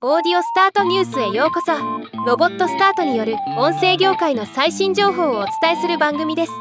オーディオスタートニュースへようこそ。ロボットスタートによる音声業界の最新情報をお伝えする番組です。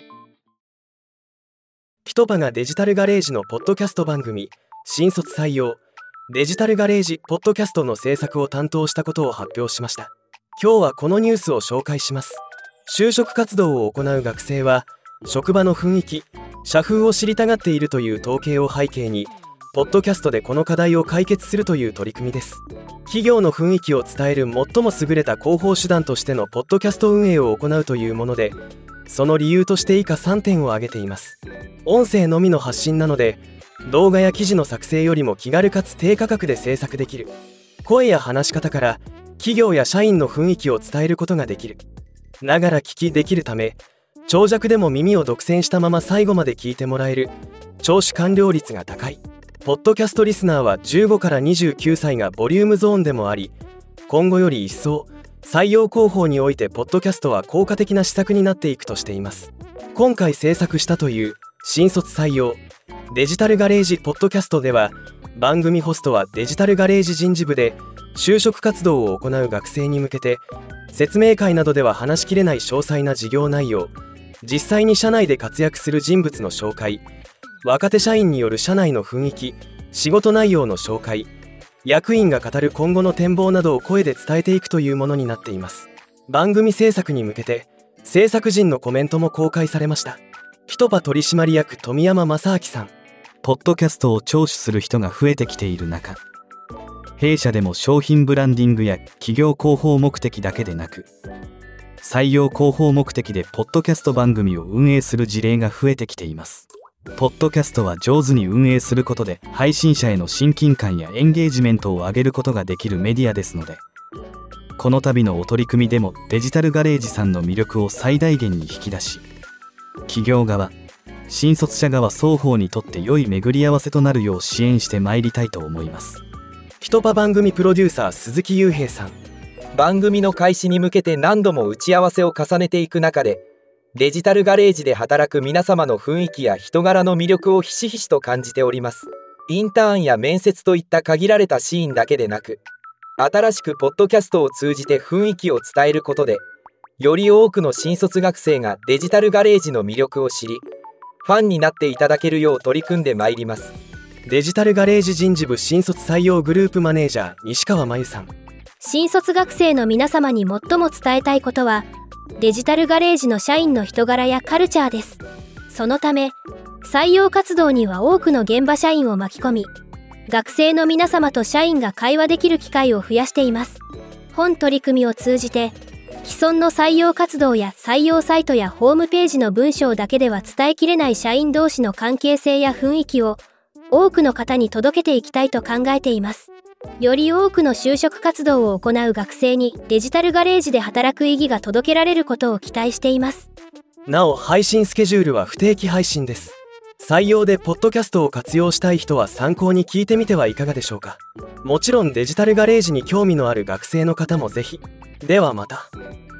ピトパがデジタルガレージのポッドキャスト番組新卒採用デジタルガレージポッドキャストの制作を担当したことを発表しました。今日はこのニュースを紹介します。就職活動を行う学生は職場の雰囲気、社風を知りたがっているという統計を背景にポッドキャストでこの課題を解決するという取り組みです。企業の雰囲気を伝える最も優れた広報手段としてのポッドキャスト運営を行うというもので、その理由として以下3点を挙げています。音声のみの発信なので動画や記事の作成よりも気軽かつ低価格で制作できる。声や話し方から企業や社員の雰囲気を伝えることができる。ながら聞きできるため長尺でも耳を独占したまま最後まで聞いてもらえる。聴取完了率が高い。ポッドキャストリスナーは15から29歳がボリュームゾーンでもあり、今後より一層採用広報においてポッドキャストは効果的な施策になっていくとしています。今回制作したという新卒採用デジタルガレージポッドキャストでは、番組ホストはデジタルガレージ人事部で就職活動を行う学生に向けて、説明会などでは話しきれない詳細な事業内容、実際に社内で活躍する人物の紹介、若手社員による社内の雰囲気、仕事内容の紹介、役員が語る今後の展望などを声で伝えていくというものになっています。番組制作に向けて制作陣のコメントも公開されました。ピトパ取締役富山正明さん。 ポッドキャストを聴取する人が増えてきている中、弊社でも商品ブランディングや企業広報目的だけでなく、採用広報目的でポッドキャスト番組を運営する事例が増えてきています。ポッドキャストは上手に運営することで配信者への親近感やエンゲージメントを上げることができるメディアですので、この度のお取り組みでもデジタルガレージさんの魅力を最大限に引き出し、企業側、新卒者側双方にとって良い巡り合わせとなるよう支援してまいりたいと思います。 ピトパ番組プロデューサー鈴木雄平さん。 番組の開始に向けて何度も打ち合わせを重ねていく中で、デジタルガレージで働く皆様の雰囲気や人柄の魅力をひしひしと感じております。インターンや面接といった限られたシーンだけでなく、新しくポッドキャストを通じて雰囲気を伝えることで、より多くの新卒学生がデジタルガレージの魅力を知り、ファンになっていただけるよう取り組んでまいります。 デジタルガレージ人事部新卒採用グループマネージャー西川真由さん。 新卒学生の皆様に最も伝えたいことは、デジタルガレージの社員の人柄やカルチャーです。そのため、採用活動には多くの現場社員を巻き込み、学生の皆様と社員が会話できる機会を増やしています。本取り組みを通じて、既存の採用活動や採用サイトやホームページの文章だけでは伝えきれない社員同士の関係性や雰囲気を多くの方に届けていきたいと考えています。より多くの就職活動を行う学生にデジタルガレージで働く意義が届けられることを期待しています。 なお、配信スケジュールは不定期配信です。採用でポッドキャストを活用したい人は参考に聞いてみてはいかがでしょうか。もちろんデジタルガレージに興味のある学生の方もぜひ。ではまた。